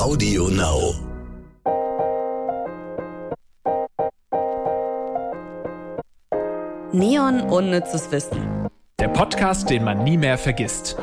Audio Now. Neon unnützes Wissen. Der Podcast, den man nie mehr vergisst.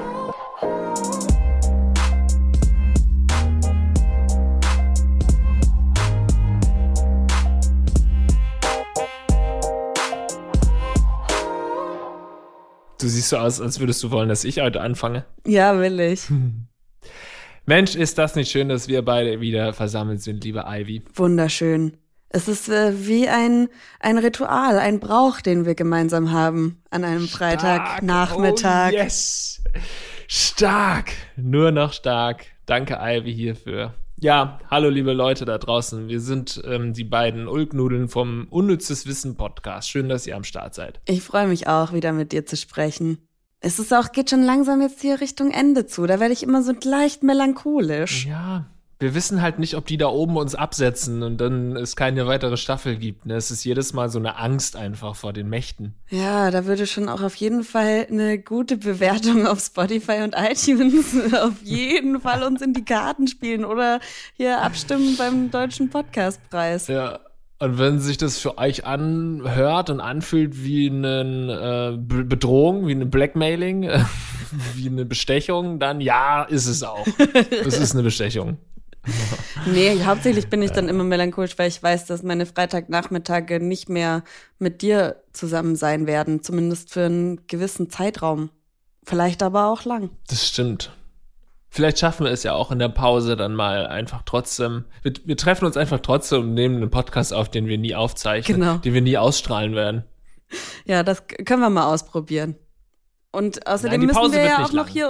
Du siehst so aus, als würdest du wollen, dass ich heute anfange. Ja, will ich. Mensch, ist das nicht schön, dass wir beide wieder versammelt sind, liebe Ivy. Wunderschön. Es ist wie ein Ritual, ein Brauch, den wir gemeinsam haben an einem Freitagnachmittag. Oh yes! Stark! Nur noch stark. Danke, Ivy, hierfür. Ja, hallo liebe Leute da draußen. Wir sind die beiden Ulknudeln vom Unnützes Wissen Podcast. Schön, dass ihr am Start seid. Ich freue mich auch, wieder mit dir zu sprechen. Es ist auch, geht schon langsam jetzt hier Richtung Ende zu. Da werde ich immer so leicht melancholisch. Ja, wir wissen halt nicht, ob die da oben uns absetzen und dann es keine weitere Staffel gibt. Ne? Es ist jedes Mal so eine Angst einfach vor den Mächten. Ja, da würde schon auch auf jeden Fall eine gute Bewertung auf Spotify und iTunes auf jeden Fall uns in die Karten spielen oder hier abstimmen beim Deutschen Podcastpreis. Ja. Und wenn sich das für euch anhört und anfühlt wie eine Bedrohung, wie eine Blackmailing, wie eine Bestechung, dann ja, ist es auch. Es ist eine Bestechung. Nee, hauptsächlich bin ich dann immer melancholisch, weil ich weiß, dass meine Freitagnachmittage nicht mehr mit dir zusammen sein werden, zumindest für einen gewissen Zeitraum. Vielleicht aber auch lang. Das stimmt. Vielleicht schaffen wir es ja auch in der Pause dann mal einfach trotzdem. Wir treffen uns einfach trotzdem und nehmen einen Podcast auf, den wir nie aufzeichnen, genau, den wir nie ausstrahlen werden. Ja, das können wir mal ausprobieren. Und außerdem müssen wir ja auch noch hier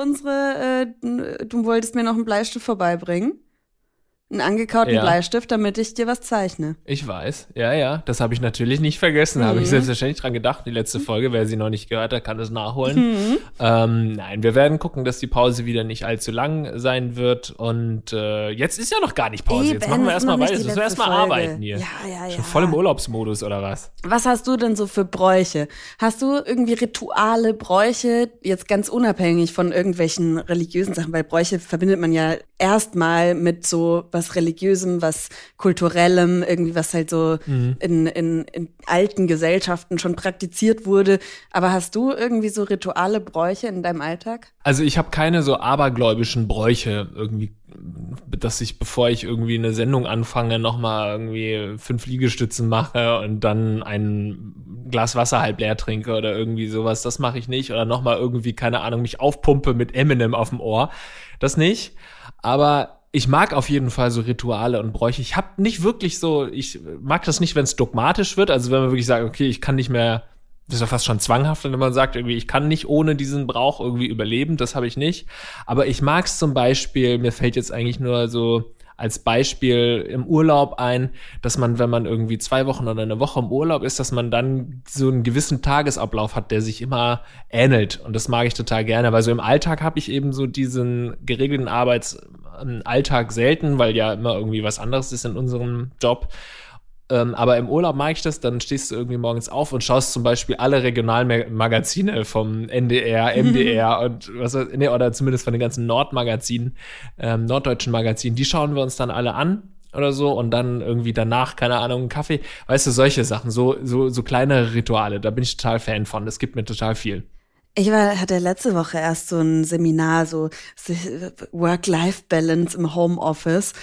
du wolltest mir noch einen Bleistift vorbeibringen. Einen angekauten Bleistift, damit ich dir was zeichne. Ich weiß, ja, das habe ich natürlich nicht vergessen. Da habe ich selbstverständlich dran gedacht. Die letzte Folge, wer sie noch nicht gehört hat, kann das nachholen. Nein, wir werden gucken, dass die Pause wieder nicht allzu lang sein wird. Und jetzt ist ja noch gar nicht Pause. Jetzt machen wir erstmal weiter. Jetzt müssen wir erstmal arbeiten hier. Ja. Schon voll im Urlaubsmodus, oder was? Was hast du denn so für Bräuche? Hast du irgendwie Rituale, Bräuche, jetzt ganz unabhängig von irgendwelchen religiösen Sachen? Weil Bräuche verbindet man ja erstmal mit so was Religiösem, was Kulturellem, irgendwie was halt so in alten Gesellschaften schon praktiziert wurde. Aber hast du irgendwie so Rituale, Bräuche in deinem Alltag? Also ich habe keine so abergläubischen Bräuche irgendwie, dass ich, bevor ich irgendwie eine Sendung anfange, nochmal irgendwie 5 Liegestützen mache und dann ein Glas Wasser halb leer trinke oder irgendwie sowas. Das mache ich nicht. Oder nochmal irgendwie, keine Ahnung, mich aufpumpe mit Eminem auf dem Ohr. Das nicht. Aber ich mag auf jeden Fall so Rituale und Bräuche. Ich mag das nicht, wenn es dogmatisch wird. Also wenn man wirklich sagt, okay, ich kann nicht mehr, das ist ja fast schon zwanghaft, wenn man sagt, irgendwie, ich kann nicht ohne diesen Brauch irgendwie überleben. Das habe ich nicht. Aber ich mag es zum Beispiel, mir fällt jetzt eigentlich nur so als Beispiel im Urlaub ein, dass man, wenn man irgendwie 2 Wochen oder eine Woche im Urlaub ist, dass man dann so einen gewissen Tagesablauf hat, der sich immer ähnelt. Und das mag ich total gerne, weil so im Alltag habe ich eben so diesen geregelten Alltag selten, weil ja immer irgendwie was anderes ist in unserem Job. Aber im Urlaub mag ich das, dann stehst du irgendwie morgens auf und schaust zum Beispiel alle Regionalmagazine vom NDR, MDR und oder zumindest von den ganzen norddeutschen Magazinen, die schauen wir uns dann alle an oder so und dann irgendwie danach, keine Ahnung, einen Kaffee, weißt du, solche Sachen, so kleinere Rituale, da bin ich total Fan von, das gibt mir total viel. Ich hatte letzte Woche erst so ein Seminar, so Work-Life-Balance im Homeoffice,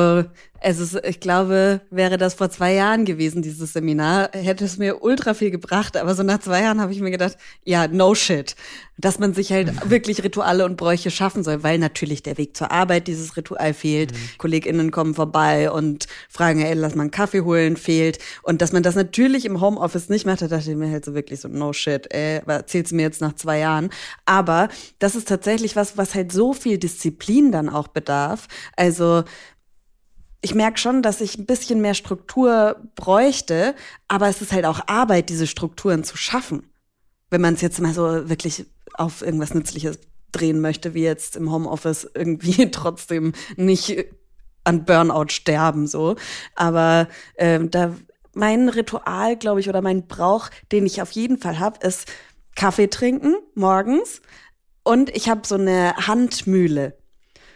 ich glaube, wäre das vor 2 Jahren gewesen, dieses Seminar, hätte es mir ultra viel gebracht, aber so nach 2 Jahren habe ich mir gedacht, ja, no shit, dass man sich halt wirklich Rituale und Bräuche schaffen soll, weil natürlich der Weg zur Arbeit, dieses Ritual fehlt, KollegInnen kommen vorbei und fragen, ey, lass mal einen Kaffee holen, fehlt und dass man das natürlich im Homeoffice nicht macht, da dachte ich mir halt so wirklich so, no shit, erzählst du mir jetzt nach 2 Jahren, aber das ist tatsächlich was halt so viel Disziplin dann auch bedarf, also ich merke schon, dass ich ein bisschen mehr Struktur bräuchte, aber es ist halt auch Arbeit, diese Strukturen zu schaffen. Wenn man es jetzt mal so wirklich auf irgendwas Nützliches drehen möchte, wie jetzt im Homeoffice irgendwie trotzdem nicht an Burnout sterben, so. Aber mein Ritual, glaube ich, oder mein Brauch, den ich auf jeden Fall habe, ist Kaffee trinken morgens und ich habe so eine Handmühle.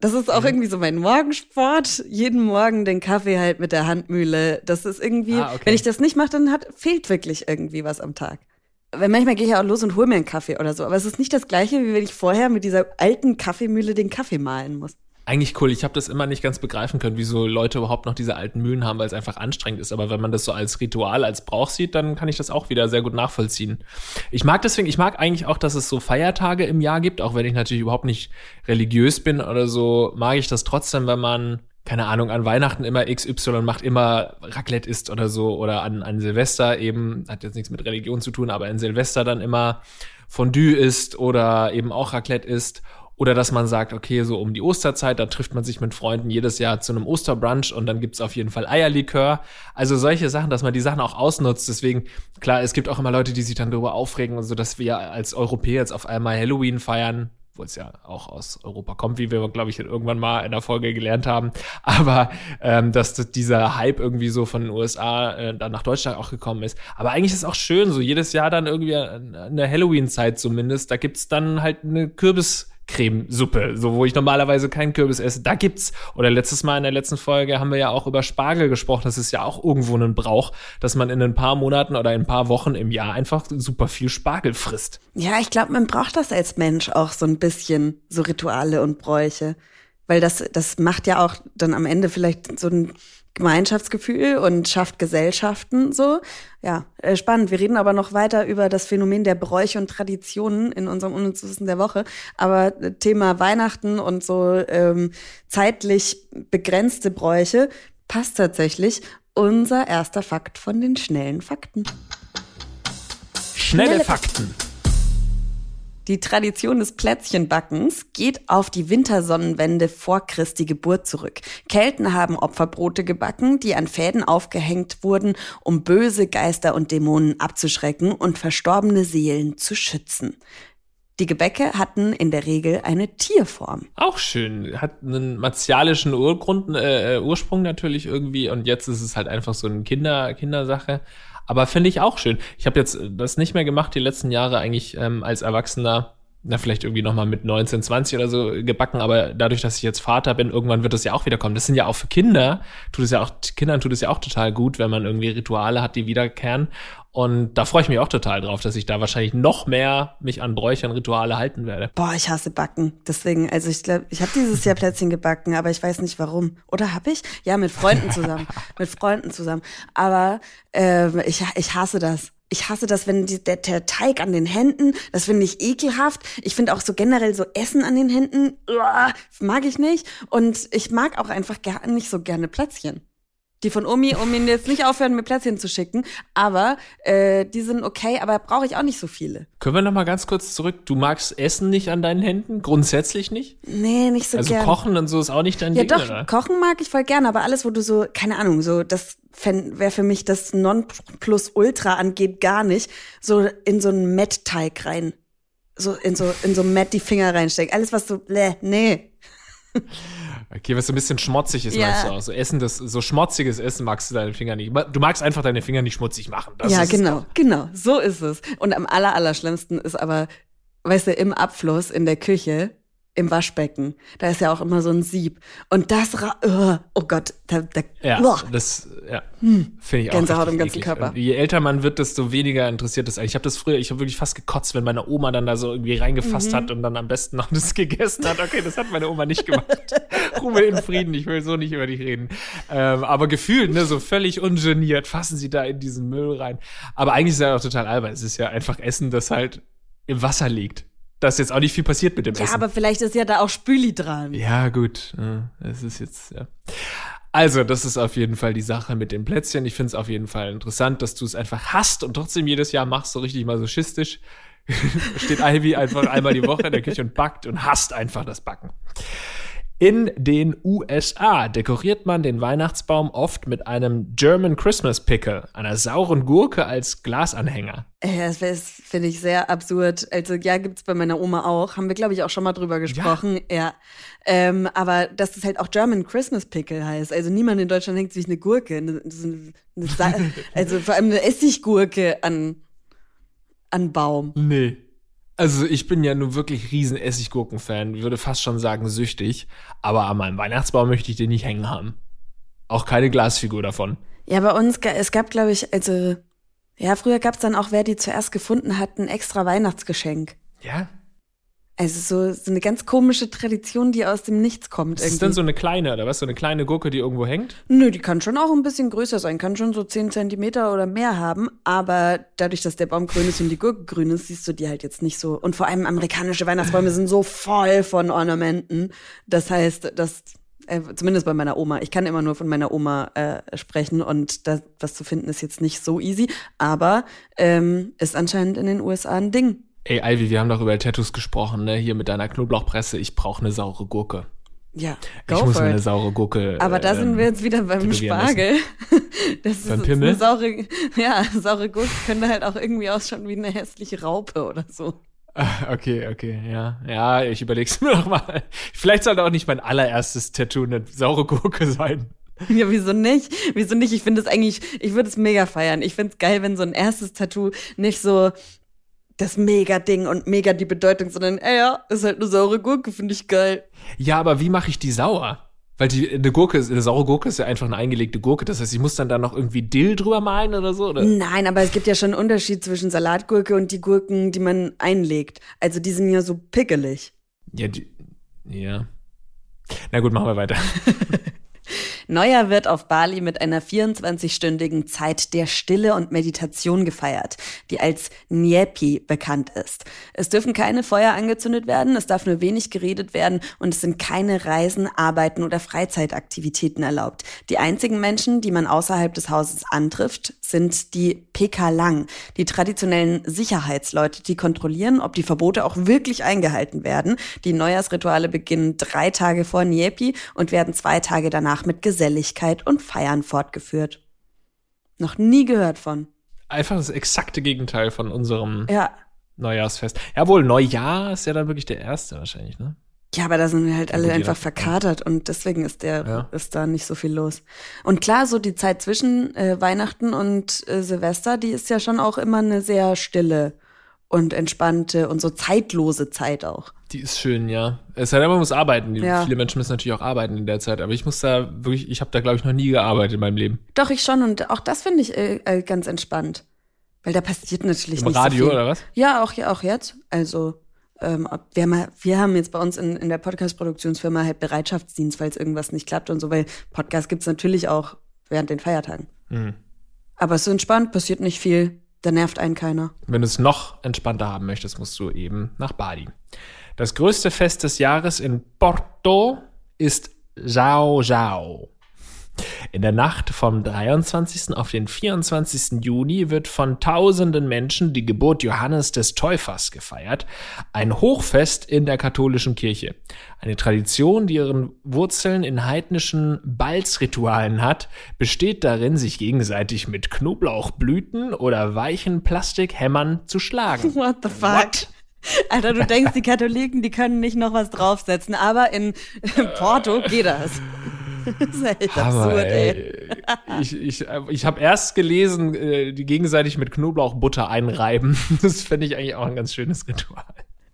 Das ist auch irgendwie so mein Morgensport. Jeden Morgen den Kaffee halt mit der Handmühle. Das ist irgendwie, wenn ich das nicht mache, dann fehlt wirklich irgendwie was am Tag. Weil manchmal gehe ich ja auch los und hole mir einen Kaffee oder so. Aber es ist nicht das Gleiche, wie wenn ich vorher mit dieser alten Kaffeemühle den Kaffee mahlen muss. Eigentlich cool. Ich habe das immer nicht ganz begreifen können, wieso Leute überhaupt noch diese alten Mühlen haben, weil es einfach anstrengend ist. Aber wenn man das so als Ritual, als Brauch sieht, dann kann ich das auch wieder sehr gut nachvollziehen. Ich mag eigentlich auch, dass es so Feiertage im Jahr gibt, auch wenn ich natürlich überhaupt nicht religiös bin oder so, mag ich das trotzdem, wenn man, keine Ahnung, an Weihnachten immer XY macht, immer Raclette isst oder so, oder an Silvester eben, hat jetzt nichts mit Religion zu tun, aber an Silvester dann immer Fondue isst oder eben auch Raclette isst. Oder dass man sagt, okay, so um die Osterzeit, da trifft man sich mit Freunden jedes Jahr zu einem Osterbrunch und dann gibt's auf jeden Fall Eierlikör. Also solche Sachen, dass man die Sachen auch ausnutzt. Deswegen, klar, es gibt auch immer Leute, die sich dann darüber aufregen und so, dass wir als Europäer jetzt auf einmal Halloween feiern, obwohl es ja auch aus Europa kommt, wie wir, glaube ich, irgendwann mal in der Folge gelernt haben. Aber dass dieser Hype irgendwie so von den USA dann nach Deutschland auch gekommen ist. Aber eigentlich ist es auch schön, so jedes Jahr dann irgendwie in der Halloween-Zeit zumindest, da gibt's dann halt eine Kürbiscremesuppe, so wo ich normalerweise keinen Kürbis esse, da gibt's. Oder letztes Mal in der letzten Folge haben wir ja auch über Spargel gesprochen. Das ist ja auch irgendwo ein Brauch, dass man in ein paar Monaten oder in ein paar Wochen im Jahr einfach super viel Spargel frisst. Ja, ich glaube, man braucht das als Mensch auch so ein bisschen, so Rituale und Bräuche. Weil das macht ja auch dann am Ende vielleicht so ein Gemeinschaftsgefühl und schafft Gesellschaften so. Ja, spannend. Wir reden aber noch weiter über das Phänomen der Bräuche und Traditionen in unserem Unnützes Wissen der Woche. Aber Thema Weihnachten und so zeitlich begrenzte Bräuche passt tatsächlich. Unser erster Fakt von den schnellen Fakten. Schnelle Fakten. Die Tradition des Plätzchenbackens geht auf die Wintersonnenwende vor Christi Geburt zurück. Kelten haben Opferbrote gebacken, die an Fäden aufgehängt wurden, um böse Geister und Dämonen abzuschrecken und verstorbene Seelen zu schützen. Die Gebäcke hatten in der Regel eine Tierform. Auch schön. Hat einen martialischen Ursprung natürlich irgendwie und jetzt ist es halt einfach so eine Kindersache. Aber finde ich auch schön. Ich habe jetzt das nicht mehr gemacht, die letzten Jahre eigentlich als Erwachsener, vielleicht irgendwie nochmal mit 19, 20 oder so gebacken, aber dadurch, dass ich jetzt Vater bin, irgendwann wird das ja auch wieder kommen. Das sind ja auch für Kindern tut es ja auch total gut, wenn man irgendwie Rituale hat, die wiederkehren. Und da freue ich mich auch total drauf, dass ich da wahrscheinlich noch mehr mich an Bräuche und Rituale halten werde. Boah, ich hasse Backen. Deswegen, also ich glaube, ich habe dieses Jahr Plätzchen gebacken, aber ich weiß nicht warum. Oder habe ich? Ja, mit Freunden zusammen. Aber ich hasse das. Ich hasse das, wenn der Teig an den Händen, das finde ich ekelhaft. Ich finde auch so generell so Essen an den Händen, mag ich nicht. Und ich mag auch einfach nicht so gerne Plätzchen. Die von Omi jetzt nicht aufhören, mir Plätzchen zu schicken, aber die sind okay, aber brauche ich auch nicht so viele. Können wir noch mal ganz kurz zurück? Du magst Essen nicht an deinen Händen? Grundsätzlich nicht? Nee, nicht so gern. Also Kochen und so ist auch nicht dein Ding, doch, oder? Kochen mag ich voll gern, aber alles, wo du so, keine Ahnung, so das wäre für mich das Nonplusultra angeht, gar nicht, so in so einen Mettteig rein. So in so Mett die Finger reinstecken. Alles, was so, nee. Okay, was so ein bisschen schmutzig ist, meinst du auch. So Essen, so schmutziges Essen magst du deine Finger nicht. Du magst einfach deine Finger nicht schmutzig machen. Das ja, ist genau. So ist es. Und am allerschlimmsten ist aber, weißt du, im Abfluss, in der Küche, im Waschbecken, da ist ja auch immer so ein Sieb. Und das, oh Gott, finde ich auch Gänsehaut im ganzen Körper. Und je älter man wird, desto weniger interessiert es eigentlich. Ich habe wirklich fast gekotzt, wenn meine Oma dann da so irgendwie reingefasst hat und dann am besten noch das gegessen hat. Okay, das hat meine Oma nicht gemacht. Ruhe in Frieden, ich will so nicht über dich reden. Aber gefühlt, ne, so völlig ungeniert fassen sie da in diesen Müll rein. Aber eigentlich ist es ja auch total albern. Es ist ja einfach Essen, das halt im Wasser liegt. Dass jetzt auch nicht viel passiert mit dem Essen. Ja, aber vielleicht ist ja da auch Spüli dran. Ja, gut. Es ist jetzt, ja. Also, das ist auf jeden Fall die Sache mit den Plätzchen. Ich finde es auf jeden Fall interessant, dass du es einfach hast und trotzdem jedes Jahr machst, so richtig masochistisch. Steht Ivy einfach einmal die Woche in der Küche und backt und hasst einfach das Backen. In den USA dekoriert man den Weihnachtsbaum oft mit einem German Christmas Pickle, einer sauren Gurke als Glasanhänger. Das finde ich sehr absurd. Also ja, gibt's bei meiner Oma auch. Haben wir, glaube ich, auch schon mal drüber gesprochen. Ja. Aber dass es halt auch German Christmas Pickle heißt. Also niemand in Deutschland hängt sich eine Gurke. Also vor allem eine Essiggurke an Baum. Nee. Also ich bin ja nur wirklich riesen Essiggurken-Fan, würde fast schon sagen süchtig, aber an meinem Weihnachtsbaum möchte ich den nicht hängen haben. Auch keine Glasfigur davon. Ja, bei uns, es gab, glaube ich, also, ja, früher gab es dann auch, wer die zuerst gefunden hat, ein extra Weihnachtsgeschenk. Ja? Also so eine ganz komische Tradition, die aus dem Nichts kommt Ist irgendwie. das dann so eine kleine, oder was? So eine kleine Gurke, die irgendwo hängt? Nö, die kann schon auch ein bisschen größer sein, kann schon so 10 Zentimeter oder mehr haben, aber dadurch, dass der Baum grün ist und die Gurke grün ist, siehst du die halt jetzt nicht so. Und vor allem amerikanische Weihnachtsbäume sind so voll von Ornamenten. Das heißt, zumindest bei meiner Oma, ich kann immer nur von meiner Oma sprechen und das, was zu finden, ist jetzt nicht so easy, aber ist anscheinend in den USA ein Ding. Ey, Ivy, wir haben doch über Tattoos gesprochen, ne? Hier mit deiner Knoblauchpresse. Ich brauche eine saure Gurke. Ja, Ich muss mir eine saure Gurke. Aber da sind wir jetzt wieder beim tätowieren Spargel. Das Beim ist Pimmel? eine saure Gurke könnte halt auch irgendwie ausschauen wie eine hässliche Raupe oder so. Okay, ja. Ja, ich überleg's mir noch mal. Vielleicht sollte auch nicht mein allererstes Tattoo eine saure Gurke sein. Ja, wieso nicht? Wieso nicht? Ich finde es eigentlich, ich würde es mega feiern. Ich finde es geil, wenn so ein erstes Tattoo nicht so das Mega-Ding und mega die Bedeutung, sondern, ja, ist halt eine saure Gurke, finde ich geil. Ja, aber wie mache ich die sauer? Weil eine saure Gurke ist ja einfach eine eingelegte Gurke. Das heißt, ich muss dann da noch irgendwie Dill drüber malen oder so, oder? Nein, aber es gibt ja schon einen Unterschied zwischen Salatgurke und die Gurken, die man einlegt. Also die sind ja so pickelig. Ja. Na gut, machen wir weiter. Neujahr wird auf Bali mit einer 24-stündigen Zeit der Stille und Meditation gefeiert, die als Nyepi bekannt ist. Es dürfen keine Feuer angezündet werden, es darf nur wenig geredet werden und es sind keine Reisen, Arbeiten oder Freizeitaktivitäten erlaubt. Die einzigen Menschen, die man außerhalb des Hauses antrifft, sind die Pekalang, die traditionellen Sicherheitsleute, die kontrollieren, ob die Verbote auch wirklich eingehalten werden. Die Neujahrsrituale beginnen 3 Tage vor Nyepi und werden 2 Tage danach mit Geselligkeit und Feiern fortgeführt. Noch nie gehört von. Einfach das exakte Gegenteil von unserem Neujahrsfest. Jawohl, Neujahr ist ja dann wirklich der erste wahrscheinlich, ne? Ja, aber da sind wir halt alle einfach verkatert und deswegen ist da nicht so viel los. Und klar, so die Zeit zwischen Weihnachten und Silvester, die ist ja schon auch immer eine sehr stille und entspannte und so zeitlose Zeit auch. Die ist schön, ja. Es sei denn, man muss arbeiten. Viele Menschen müssen natürlich auch arbeiten in der Zeit, aber ich habe da, glaube ich, noch nie gearbeitet in meinem Leben. Doch, ich schon und auch das finde ich ganz entspannt. Weil da passiert natürlich Im nicht Radio so viel. Oder was? Ja, auch jetzt. Also wir haben jetzt bei uns in der Podcast-Produktionsfirma halt Bereitschaftsdienst, falls irgendwas nicht klappt und so, weil Podcast gibt's natürlich auch während den Feiertagen. Mhm. Aber es ist entspannt, passiert nicht viel, da nervt einen keiner. Wenn du es noch entspannter haben möchtest, musst du eben nach Bali. Das größte Fest des Jahres in Porto ist Jau Jau. In der Nacht vom 23. auf den 24. Juni wird von tausenden Menschen die Geburt Johannes des Täufers gefeiert. Ein Hochfest in der katholischen Kirche. Eine Tradition, die ihren Wurzeln in heidnischen Balzritualen hat, besteht darin, sich gegenseitig mit Knoblauchblüten oder weichen Plastikhämmern zu schlagen. What the fuck? What? Alter, du denkst, die Katholiken, die können nicht noch was draufsetzen, aber in Porto geht das. Das ist echt absurd, ey. Ich habe erst gelesen, die gegenseitig mit Knoblauchbutter einreiben. Das fände ich eigentlich auch ein ganz schönes Ritual.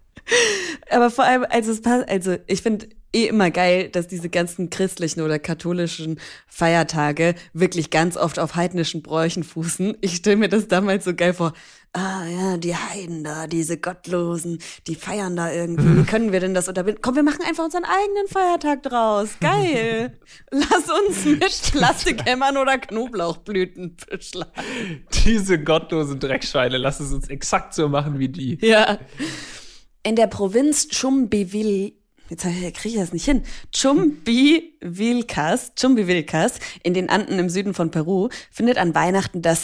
Aber vor allem, also ich finde immer geil, dass diese ganzen christlichen oder katholischen Feiertage wirklich ganz oft auf heidnischen Bräuchen fußen. Ich stelle mir das damals so geil vor. Ah ja, die Heiden da, diese Gottlosen, die feiern da irgendwie. Wie können wir denn das unterbinden? Komm, wir machen einfach unseren eigenen Feiertag draus. Geil. Lass uns mit Plastikhämmern oder Knoblauchblüten beschlagen. Diese gottlosen Dreckschweine, lass es uns exakt so machen wie die. Ja. In der Provinz Chumbivilcas, kriege ich das nicht hin, Chumbivilcas, in den Anden im Süden von Peru, findet an Weihnachten das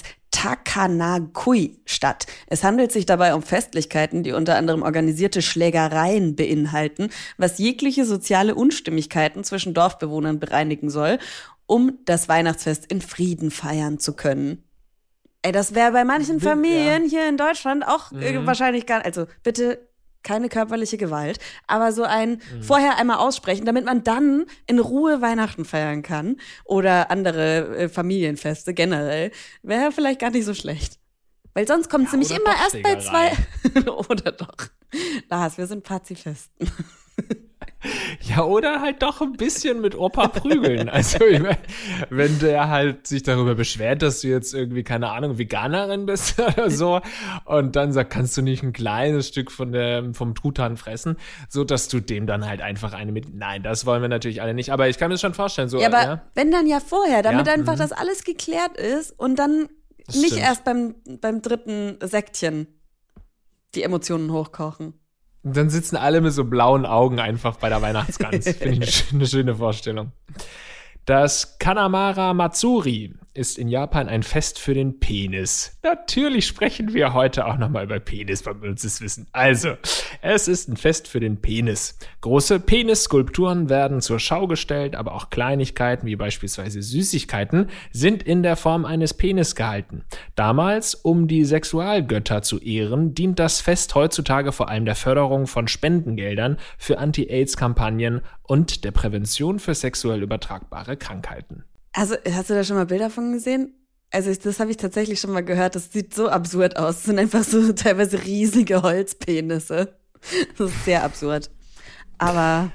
Takanagui statt. Es handelt sich dabei um Festlichkeiten, die unter anderem organisierte Schlägereien beinhalten, was jegliche soziale Unstimmigkeiten zwischen Dorfbewohnern bereinigen soll, um das Weihnachtsfest in Frieden feiern zu können. Ey, das wäre bei manchen Familien hier in Deutschland auch wahrscheinlich gar nicht, also bitte keine körperliche Gewalt, aber so ein vorher einmal aussprechen, damit man dann in Ruhe Weihnachten feiern kann oder andere Familienfeste generell, wäre vielleicht gar nicht so schlecht. Weil sonst kommt es nämlich immer erst bei Schlägerei. 2. Oder doch. Lars, wir sind Pazifisten. Ja, oder halt doch ein bisschen mit Opa prügeln. Also, ich mein, wenn der halt sich darüber beschwert, dass du jetzt irgendwie, keine Ahnung, Veganerin bist oder so, und dann sagt, kannst du nicht ein kleines Stück vom Truthahn fressen, so dass du dem dann halt einfach eine mit. Nein, das wollen wir natürlich alle nicht, aber ich kann mir das schon vorstellen. So, Ja, aber wenn dann ja vorher, damit Ja, einfach das alles geklärt ist und dann Das nicht stimmt. erst beim 3. Säckchen die Emotionen hochkochen. Dann sitzen alle mit so blauen Augen einfach bei der Weihnachtsgans. Finde ich eine schöne Vorstellung. Das Kanamara Matsuri ist in Japan ein Fest für den Penis. Natürlich sprechen wir heute auch nochmal über Penis bei uns Wissen. Also, es ist ein Fest für den Penis. Große Penisskulpturen werden zur Schau gestellt, aber auch Kleinigkeiten wie beispielsweise Süßigkeiten sind in der Form eines Penis gehalten. Damals, um die Sexualgötter zu ehren, dient das Fest heutzutage vor allem der Förderung von Spendengeldern für Anti-AIDS-Kampagnen und der Prävention für sexuell übertragbare Krankheiten. Also, hast du da schon mal Bilder von gesehen? Also, das habe ich tatsächlich schon mal gehört. Das sieht so absurd aus. Das sind einfach so teilweise riesige Holzpenisse. Das ist sehr absurd. Aber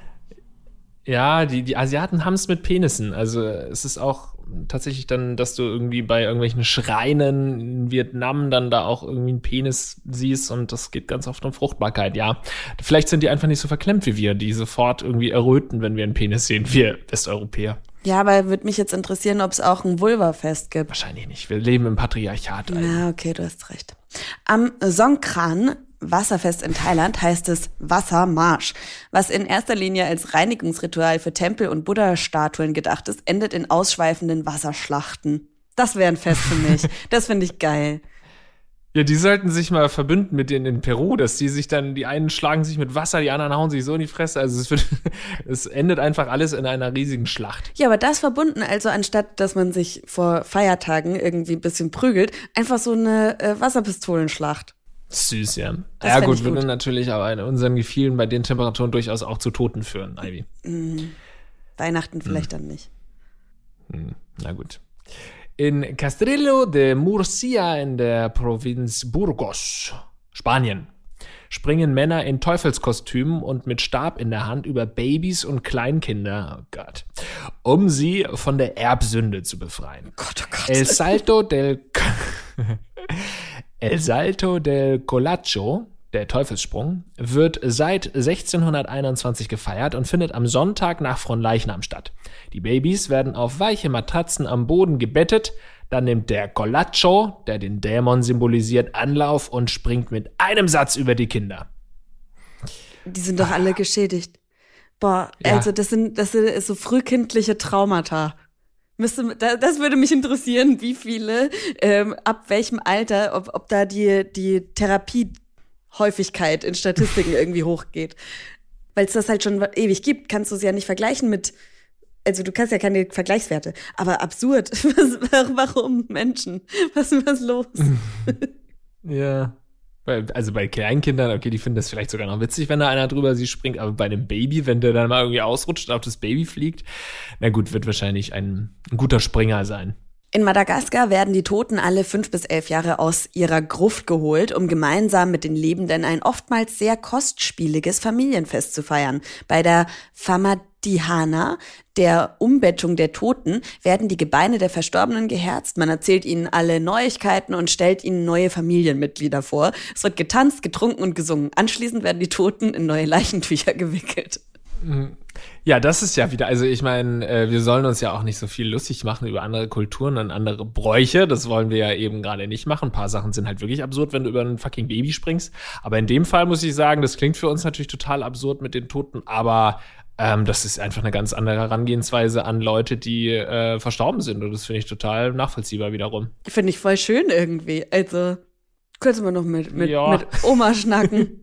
Ja, die Asiaten haben es mit Penissen. Also es ist auch tatsächlich dann, dass du irgendwie bei irgendwelchen Schreinen in Vietnam dann da auch irgendwie einen Penis siehst und das geht ganz oft um Fruchtbarkeit, ja. Vielleicht sind die einfach nicht so verklemmt wie wir, die sofort irgendwie erröten, wenn wir einen Penis sehen, wir Westeuropäer. ja, aber würde mich jetzt interessieren, ob es auch ein Vulva-Fest gibt. Wahrscheinlich nicht. Wir leben im Patriarchat. Ja, okay, du hast recht. Am Songkran, Wasserfest in Thailand, heißt es Wassermarsch. Was in erster Linie als Reinigungsritual für Tempel und Buddha-Statuen gedacht ist, endet in ausschweifenden Wasserschlachten. Das wäre ein Fest für mich. Das finde ich geil. Ja, die sollten sich mal verbünden mit denen in Peru, dass die sich dann, die einen schlagen sich mit Wasser, die anderen hauen sich so in die Fresse. Also es endet einfach alles in einer riesigen Schlacht. Ja, aber das verbunden, also anstatt, dass man sich vor Feiertagen irgendwie ein bisschen prügelt, einfach so eine Wasserpistolenschlacht. Süß, ja. Das Ja fänd gut, ich würde gut. natürlich aber in unseren Gefühlen bei den Temperaturen durchaus auch zu Toten führen, Ivy. Weihnachten vielleicht dann nicht. Na gut. In Castrillo de Murcia in der Provinz Burgos, Spanien, springen Männer in Teufelskostümen und mit Stab in der Hand über Babys und Kleinkinder, oh Gott, um sie von der Erbsünde zu befreien. Gott, oh Gott. El Salto del Colacho, der Teufelssprung, wird seit 1621 gefeiert und findet am Sonntag nach Fronleichnam statt. Die Babys werden auf weiche Matratzen am Boden gebettet, dann nimmt der Colacho, der den Dämon symbolisiert, Anlauf und springt mit einem Satz über die Kinder. Die sind doch alle geschädigt. Boah, Ja. also das sind so frühkindliche Traumata. Das würde mich interessieren, wie viele, ab welchem Alter, ob da die Therapiehäufigkeit in Statistiken irgendwie hochgeht. Weil es das halt schon ewig gibt, kannst du es ja nicht vergleichen mit, also du kannst ja keine Vergleichswerte, aber absurd. Warum Menschen? Was ist los? Ja. Also bei Kleinkindern, okay, die finden das vielleicht sogar noch witzig, wenn da einer drüber sie springt, aber bei einem Baby, wenn der dann mal irgendwie ausrutscht und auf das Baby fliegt, na gut, wird wahrscheinlich ein guter Springer sein. In Madagaskar werden die Toten alle 5 bis 11 Jahre aus ihrer Gruft geholt, um gemeinsam mit den Lebenden ein oftmals sehr kostspieliges Familienfest zu feiern. Bei der Famadihana, der Umbettung der Toten, werden die Gebeine der Verstorbenen geherzt. Man erzählt ihnen alle Neuigkeiten und stellt ihnen neue Familienmitglieder vor. Es wird getanzt, getrunken und gesungen. Anschließend werden die Toten in neue Leichentücher gewickelt. Ja, das ist ja wieder, also ich meine, wir sollen uns ja auch nicht so viel lustig machen über andere Kulturen und andere Bräuche. Das wollen wir ja eben gerade nicht machen. Ein paar Sachen sind halt wirklich absurd, wenn du über ein fucking Baby springst. Aber in dem Fall muss ich sagen, das klingt für uns natürlich total absurd mit den Toten, aber das ist einfach eine ganz andere Herangehensweise an Leute, die verstorben sind. Und das finde ich total nachvollziehbar wiederum. Finde ich voll schön irgendwie. Also, könnte man noch mit Ja. mit Oma schnacken.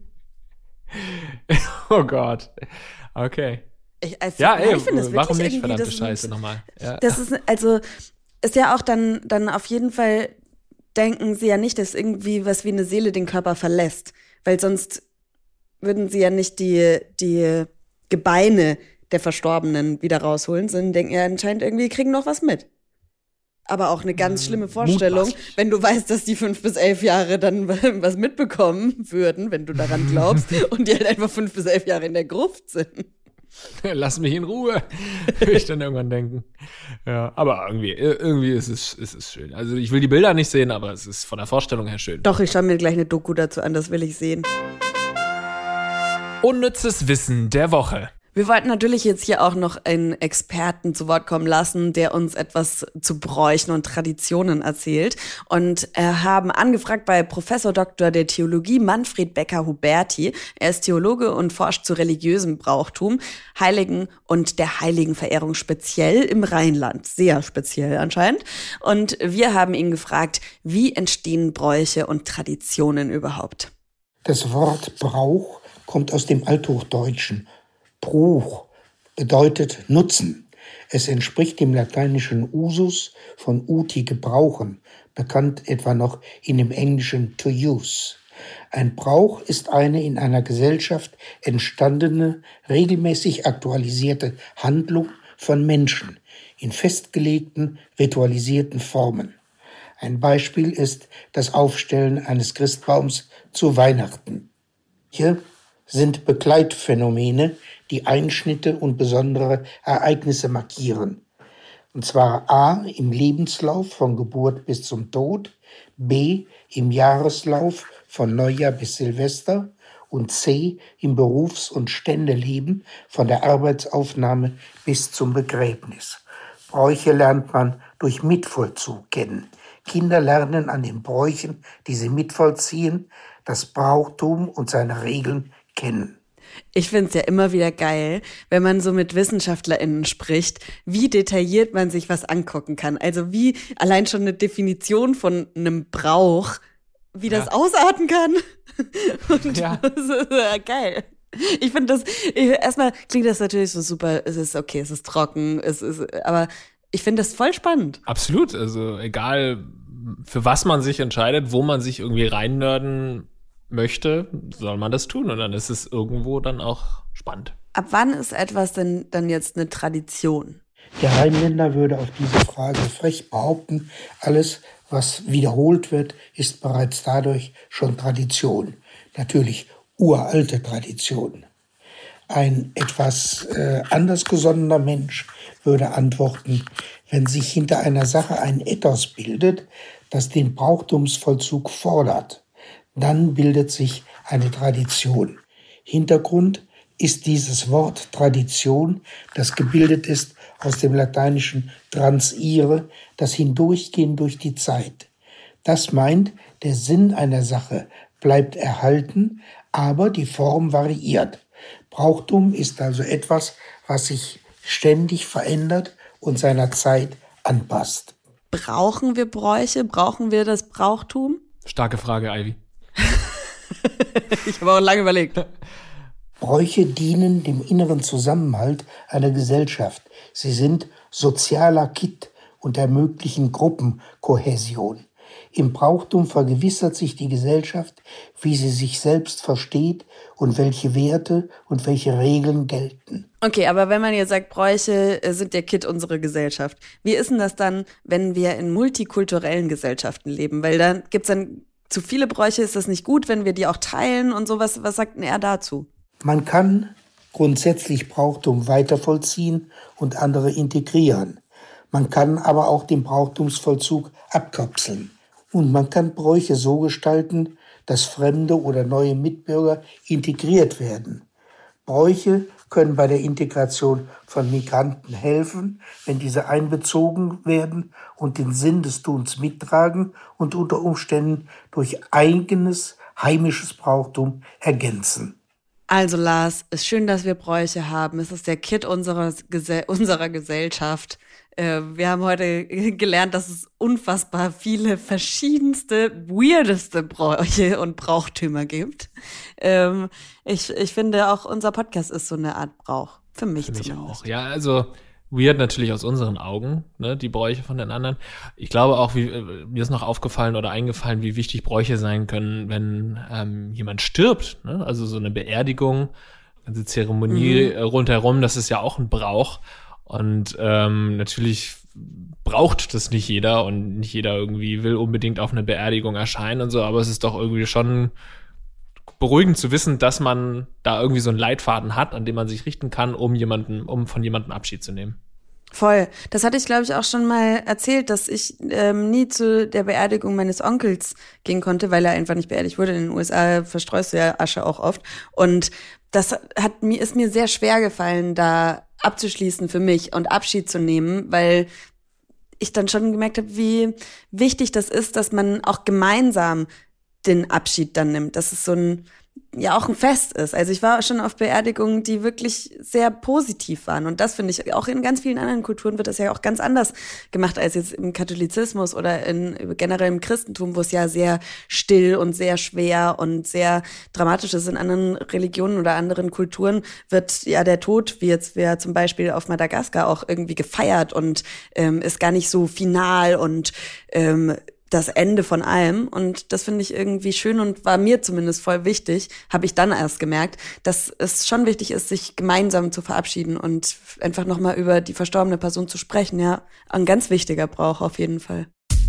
Oh Gott. Okay. Ich finde das warum wirklich nicht, irgendwie, verdammte das ist- Scheiße nochmal. Ja. Das ist, also, ist ja auch dann auf jeden Fall, denken sie ja nicht, dass irgendwie was wie eine Seele den Körper verlässt. Weil sonst würden sie ja nicht die Gebeine der Verstorbenen wieder rausholen, sondern denken ja anscheinend irgendwie, kriegen noch was mit. aber auch eine ganz schlimme Vorstellung, mutmaßlich. wenn du weißt, dass die 5 bis 11 Jahre dann was mitbekommen würden, wenn du daran glaubst, und die halt einfach 5 bis 11 Jahre in der Gruft sind. Lass mich in Ruhe, würde ich dann irgendwann denken. Ja, aber irgendwie ist es schön. Also ich will die Bilder nicht sehen, aber es ist von der Vorstellung her schön. Doch, ich schaue mir gleich eine Doku dazu an, das will ich sehen. Unnützes Wissen der Woche. Wir wollten natürlich jetzt hier auch noch einen Experten zu Wort kommen lassen, der uns etwas zu Bräuchen und Traditionen erzählt. Und haben angefragt bei Professor Dr. der Theologie Manfred Becker-Huberti. Er ist Theologe und forscht zu religiösem Brauchtum, Heiligen und der Heiligenverehrung speziell im Rheinland. Sehr speziell anscheinend. Und wir haben ihn gefragt, wie entstehen Bräuche und Traditionen überhaupt? Das Wort Brauch kommt aus dem Althochdeutschen. Bruch bedeutet Nutzen. Es entspricht dem lateinischen Usus von uti gebrauchen, bekannt etwa noch in dem englischen to use. Ein Brauch ist eine in einer Gesellschaft entstandene, regelmäßig aktualisierte Handlung von Menschen in festgelegten, ritualisierten Formen. Ein Beispiel ist das Aufstellen eines Christbaums zu Weihnachten. Hier sind Begleitphänomene, die Einschnitte und besondere Ereignisse markieren. Und zwar a. im Lebenslauf von Geburt bis zum Tod, b. im Jahreslauf von Neujahr bis Silvester und c. im Berufs- und Ständeleben von der Arbeitsaufnahme bis zum Begräbnis. Bräuche lernt man durch Mitvollzug kennen. Kinder lernen an den Bräuchen, die sie mitvollziehen, das Brauchtum und seine Regeln kennen. Ich finde es ja immer wieder geil, wenn man so mit WissenschaftlerInnen spricht, wie detailliert man sich was angucken kann. Also wie allein schon eine Definition von einem Brauch, wie das ausarten kann. Und das ist ja geil. Ich finde das, erstmal klingt das natürlich so super, es ist okay, es ist trocken, aber ich finde das voll spannend. Absolut, also egal für was man sich entscheidet, wo man sich irgendwie reinnörden möchte, soll man das tun und dann ist es irgendwo dann auch spannend. Ab wann ist etwas denn dann jetzt eine Tradition? Der Rheinländer würde auf diese Frage frech behaupten, alles, was wiederholt wird, ist bereits dadurch schon Tradition. Natürlich uralte Tradition. Ein etwas anders gesonnener Mensch würde antworten, wenn sich hinter einer Sache ein Ethos bildet, das den Brauchtumsvollzug fordert, dann bildet sich eine Tradition. Hintergrund ist dieses Wort Tradition, das gebildet ist aus dem lateinischen transire, das Hindurchgehen durch die Zeit. Das meint, der Sinn einer Sache bleibt erhalten, aber die Form variiert. Brauchtum ist also etwas, was sich ständig verändert und seiner Zeit anpasst. Brauchen wir Bräuche? Brauchen wir das Brauchtum? Starke Frage, Ivy. Ich habe auch lange überlegt. Bräuche dienen dem inneren Zusammenhalt einer Gesellschaft. Sie sind sozialer Kitt und ermöglichen Gruppenkohäsion. Im Brauchtum vergewissert sich die Gesellschaft, wie sie sich selbst versteht und welche Werte und welche Regeln gelten. Okay, aber wenn man jetzt sagt, Bräuche sind der Kitt unserer Gesellschaft, wie ist denn das dann, wenn wir in multikulturellen Gesellschaften leben? Weil da gibt's dann zu viele Bräuche, ist das nicht gut, wenn wir die auch teilen und sowas. Was sagt denn er dazu? Man kann grundsätzlich Brauchtum weiter vollziehen und andere integrieren. Man kann aber auch den Brauchtumsvollzug abkapseln. Und man kann Bräuche so gestalten, dass fremde oder neue Mitbürger integriert werden. Bräuche können bei der Integration von Migranten helfen, wenn diese einbezogen werden und den Sinn des Tuns mittragen und unter Umständen durch eigenes heimisches Brauchtum ergänzen. Also Lars, ist schön, dass wir Bräuche haben. Es ist der Kitt unserer Gesellschaft. Wir haben heute gelernt, dass es unfassbar viele verschiedenste, weirdeste Bräuche und Brauchtümer gibt. Ich finde auch, unser Podcast ist so eine Art Brauch. Für mich zumindest. Auch. Ja, also weird natürlich aus unseren Augen, ne, die Bräuche von den anderen. Ich glaube auch, mir ist noch aufgefallen oder eingefallen, wie wichtig Bräuche sein können, wenn jemand stirbt. Ne? Also so eine Beerdigung, ganze Zeremonie rundherum, das ist ja auch ein Brauch. Und natürlich braucht das nicht jeder und nicht jeder irgendwie will unbedingt auf eine Beerdigung erscheinen und so, aber es ist doch irgendwie schon beruhigend zu wissen, dass man da irgendwie so einen Leitfaden hat, an dem man sich richten kann, um von jemandem Abschied zu nehmen. Voll. Das hatte ich, glaube ich, auch schon mal erzählt, dass ich nie zu der Beerdigung meines Onkels gehen konnte, weil er einfach nicht beerdigt wurde. In den USA verstreust du ja Asche auch oft. Und das ist mir sehr schwer gefallen, da abzuschließen für mich und Abschied zu nehmen, weil ich dann schon gemerkt habe, wie wichtig das ist, dass man auch gemeinsam den Abschied dann nimmt. Dass es auch ein Fest ist. Also ich war schon auf Beerdigungen, die wirklich sehr positiv waren. Und das finde ich, auch in ganz vielen anderen Kulturen wird das ja auch ganz anders gemacht als jetzt im Katholizismus oder generell im Christentum, wo es ja sehr still und sehr schwer und sehr dramatisch ist. In anderen Religionen oder anderen Kulturen wird ja der Tod, wie jetzt wir zum Beispiel auf Madagaskar, auch irgendwie gefeiert und ist gar nicht so final und das Ende von allem. Und das finde ich irgendwie schön und war mir zumindest voll wichtig, habe ich dann erst gemerkt, dass es schon wichtig ist, sich gemeinsam zu verabschieden und einfach nochmal über die verstorbene Person zu sprechen. Ja, ein ganz wichtiger Brauch auf jeden Fall.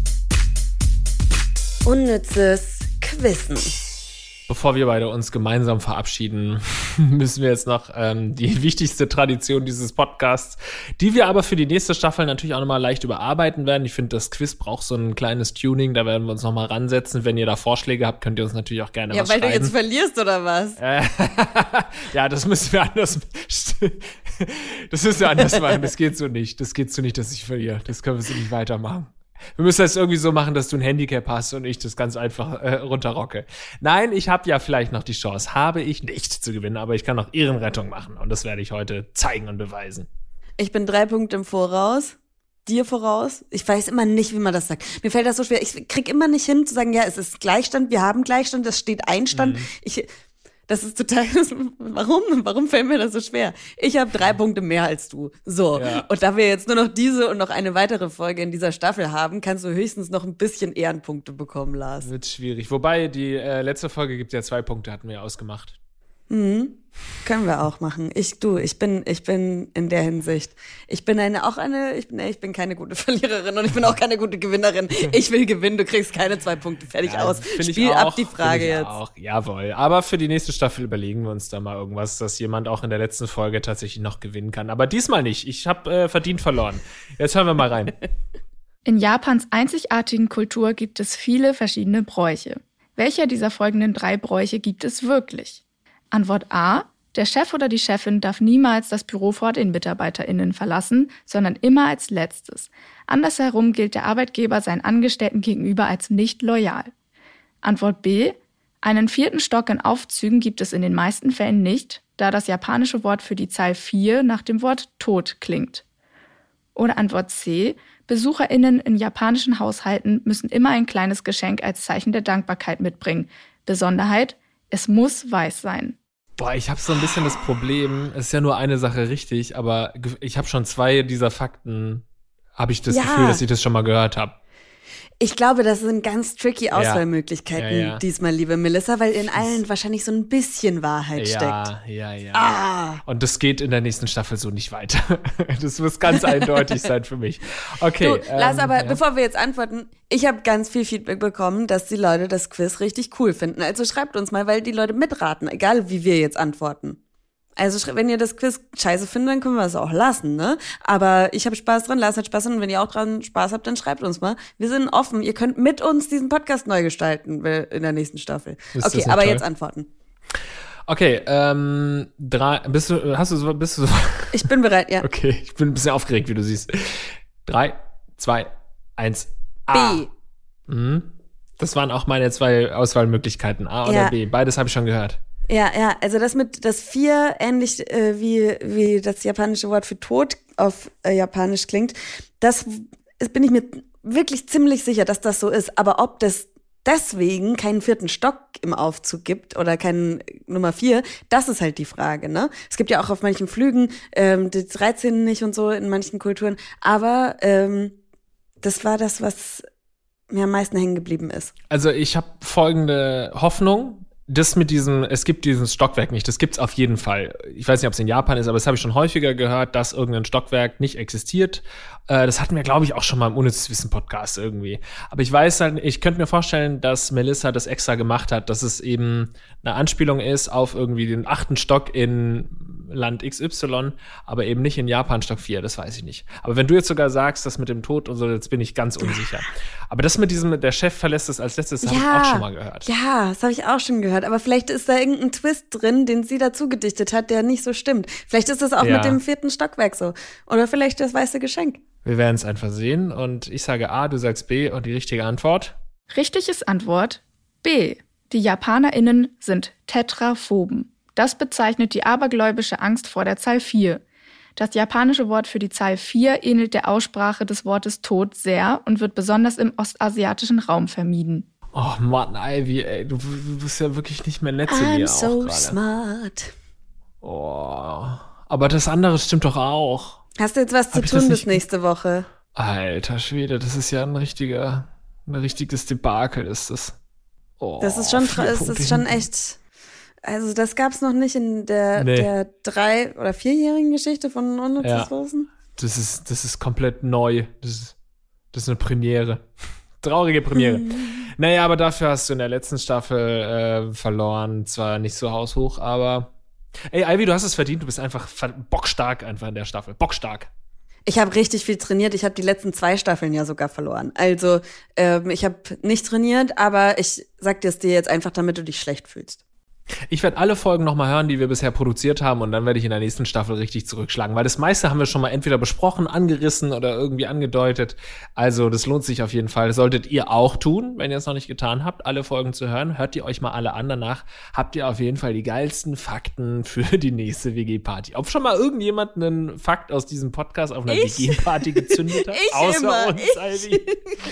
Unnützes Quissen. Bevor wir beide uns gemeinsam verabschieden, müssen wir jetzt noch die wichtigste Tradition dieses Podcasts, die wir aber für die nächste Staffel natürlich auch nochmal leicht überarbeiten werden. Ich finde, das Quiz braucht so ein kleines Tuning, da werden wir uns nochmal ransetzen. Wenn ihr da Vorschläge habt, könnt ihr uns natürlich auch gerne was schreiben. Ja, weil du jetzt verlierst, oder was? Ja, das müssen wir anders. Das müssen wir anders machen, das geht so nicht. Das geht so nicht, dass ich verliere. Das können wir so nicht weitermachen. Wir müssen das irgendwie so machen, dass du ein Handicap hast und ich das ganz einfach runterrocke. Nein, ich habe ja vielleicht noch die Chance, habe ich nicht zu gewinnen, aber ich kann noch Ehrenrettung machen und das werde ich heute zeigen und beweisen. Ich bin 3 Punkte im Voraus, dir voraus. Ich weiß immer nicht, wie man das sagt. Mir fällt das so schwer. Ich krieg immer nicht hin zu sagen, ja, es ist Gleichstand, wir haben Gleichstand, es steht Einstand. Das ist total, warum fällt mir das so schwer? Ich habe 3 Punkte mehr als du. So. Ja. Und da wir jetzt nur noch diese und noch eine weitere Folge in dieser Staffel haben, kannst du höchstens noch ein bisschen Ehrenpunkte bekommen, Lars. Wird schwierig. Wobei, die letzte Folge gibt ja 2 Punkte, hatten wir ja ausgemacht. Mhm. Können wir auch machen. Ich bin in der Hinsicht. Ich bin keine gute Verliererin und ich bin auch keine gute Gewinnerin. Ich will gewinnen, du kriegst keine 2 Punkte. Fertig aus. Spiel ab die Frage jetzt. Auch. Jawohl. Aber für die nächste Staffel überlegen wir uns da mal irgendwas, dass jemand auch in der letzten Folge tatsächlich noch gewinnen kann. Aber diesmal nicht. Ich habe verdient verloren. Jetzt hören wir mal rein. In Japans einzigartigen Kultur gibt es viele verschiedene Bräuche. Welcher dieser folgenden 3 Bräuche gibt es wirklich? Antwort A: Der Chef oder die Chefin darf niemals das Büro vor den MitarbeiterInnen verlassen, sondern immer als letztes. Andersherum gilt der Arbeitgeber seinen Angestellten gegenüber als nicht loyal. Antwort B: Einen 4. Stock in Aufzügen gibt es in den meisten Fällen nicht, da das japanische Wort für die Zahl 4 nach dem Wort Tod klingt. Oder Antwort C: BesucherInnen in japanischen Haushalten müssen immer ein kleines Geschenk als Zeichen der Dankbarkeit mitbringen. Besonderheit: Es muss weiß sein. Boah, ich habe so ein bisschen das Problem, es ist ja nur eine Sache richtig, aber ich habe schon 2 dieser Fakten, habe ich das Gefühl, dass ich das schon mal gehört habe. Ich glaube, das sind ganz tricky Auswahlmöglichkeiten diesmal, liebe Melissa, weil in allen wahrscheinlich so ein bisschen Wahrheit steckt. Ja. Und das geht in der nächsten Staffel so nicht weiter. Das muss ganz eindeutig sein für mich. Okay. Du, Lars, aber bevor wir jetzt antworten, ich habe ganz viel Feedback bekommen, dass die Leute das Quiz richtig cool finden. Also schreibt uns mal, weil die Leute mitraten, egal wie wir jetzt antworten. Also wenn ihr das Quiz scheiße findet, dann können wir es auch lassen, ne? Aber ich habe Spaß dran, Lars hat Spaß dran. Und wenn ihr auch dran Spaß habt, dann schreibt uns mal. Wir sind offen. Ihr könnt mit uns diesen Podcast neu gestalten in der nächsten Staffel. Okay, aber toll. Jetzt antworten. Okay, 3, bist du so? Ich bin bereit, ja. Okay, ich bin ein bisschen aufgeregt, wie du siehst. 3, 2, 1, A. B. Das waren auch meine 2 Auswahlmöglichkeiten, A oder B. Beides habe ich schon gehört. Ja, also das 4 ähnlich wie das japanische Wort für Tod auf Japanisch klingt, bin ich mir wirklich ziemlich sicher, dass das so ist. Aber ob das deswegen keinen 4. Stock im Aufzug gibt oder keinen Nummer 4, das ist halt die Frage, ne? Es gibt ja auch auf manchen Flügen die 13 nicht und so in manchen Kulturen. Aber das war das, was mir am meisten hängen geblieben ist. Also ich habe folgende Hoffnung, es gibt dieses Stockwerk nicht, das gibt's auf jeden Fall. Ich weiß nicht, ob es in Japan ist, aber das habe ich schon häufiger gehört, dass irgendein Stockwerk nicht existiert. Das hatten wir, glaube ich, auch schon mal im Unnützes Wissen Podcast irgendwie. Aber ich weiß halt, ich könnte mir vorstellen, dass Melissa das extra gemacht hat, dass es eben eine Anspielung ist auf irgendwie den 8. Stock in Land XY, aber eben nicht in Japan Stock 4, das weiß ich nicht. Aber wenn du jetzt sogar sagst, das mit dem Tod und so, jetzt bin ich ganz unsicher. Aber das mit diesem, der Chef verlässt es als letztes, habe ich auch schon mal gehört. Ja, das habe ich auch schon gehört. Aber vielleicht ist da irgendein Twist drin, den sie dazu gedichtet hat, der nicht so stimmt. Vielleicht ist das auch mit dem 4. Stockwerk so. Oder vielleicht das weiße Geschenk. Wir werden es einfach sehen. Und ich sage A, du sagst B und die richtige Antwort? Richtig ist Antwort B. Die JapanerInnen sind Tetraphoben. Das bezeichnet die abergläubische Angst vor der Zahl 4. Das japanische Wort für die Zahl 4 ähnelt der Aussprache des Wortes Tod sehr und wird besonders im ostasiatischen Raum vermieden. Oh Mann, Ivy, ey, du bist ja wirklich nicht mehr nett zu mir I'm so auch gerade. smart. Oh, aber das andere stimmt doch auch. Hast du jetzt was zu tun bis nächste Woche? Alter Schwede, das ist ja ein richtiges Debakel ist das. Oh, das ist schon echt. Also das gab's noch nicht in der 3- oder 4-jährigen Geschichte von Unnützes Wissen. Das ist komplett neu. Das ist eine Premiere. Traurige Premiere. Naja, aber dafür hast du in der letzten Staffel verloren. Zwar nicht so haushoch, aber ey, Ivy, du hast es verdient. Du bist einfach bockstark einfach in der Staffel. Bockstark. Ich habe richtig viel trainiert. Ich habe die letzten 2 Staffeln ja sogar verloren. Also ich habe nicht trainiert, aber ich sag dir jetzt einfach, damit du dich schlecht fühlst. Ich werde alle Folgen nochmal hören, die wir bisher produziert haben, und dann werde ich in der nächsten Staffel richtig zurückschlagen, weil das meiste haben wir schon mal entweder besprochen, angerissen oder irgendwie angedeutet. Also das lohnt sich auf jeden Fall. Das solltet ihr auch tun, wenn ihr es noch nicht getan habt, alle Folgen zu hören. Hört ihr euch mal alle an, danach habt ihr auf jeden Fall die geilsten Fakten für die nächste WG-Party. Ob schon mal irgendjemand einen Fakt aus diesem Podcast auf einer WG-Party gezündet hat? Außer uns, Ivy.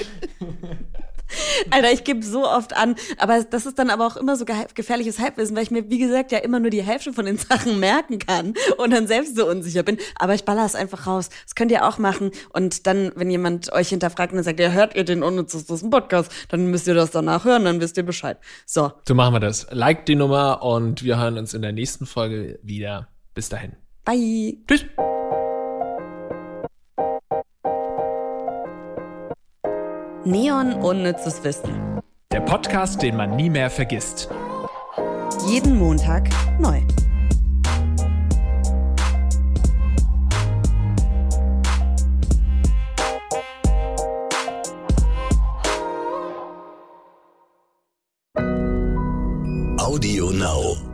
Alter, ich gebe so oft an, aber das ist dann aber auch immer so gefährliches Halbwissen, weil ich mir, wie gesagt, ja immer nur die Hälfte von den Sachen merken kann und dann selbst so unsicher bin. Aber ich baller es einfach raus. Das könnt ihr auch machen. Und dann, wenn jemand euch hinterfragt und sagt, ja, hört ihr den Unnützes Wissen Podcast, dann müsst ihr das danach hören, dann wisst ihr Bescheid. So machen wir das. Liked die Nummer und wir hören uns in der nächsten Folge wieder. Bis dahin. Bye. Tschüss. Neon Unnützes Wissen. Der Podcast, den man nie mehr vergisst. Jeden Montag neu. Audio Now.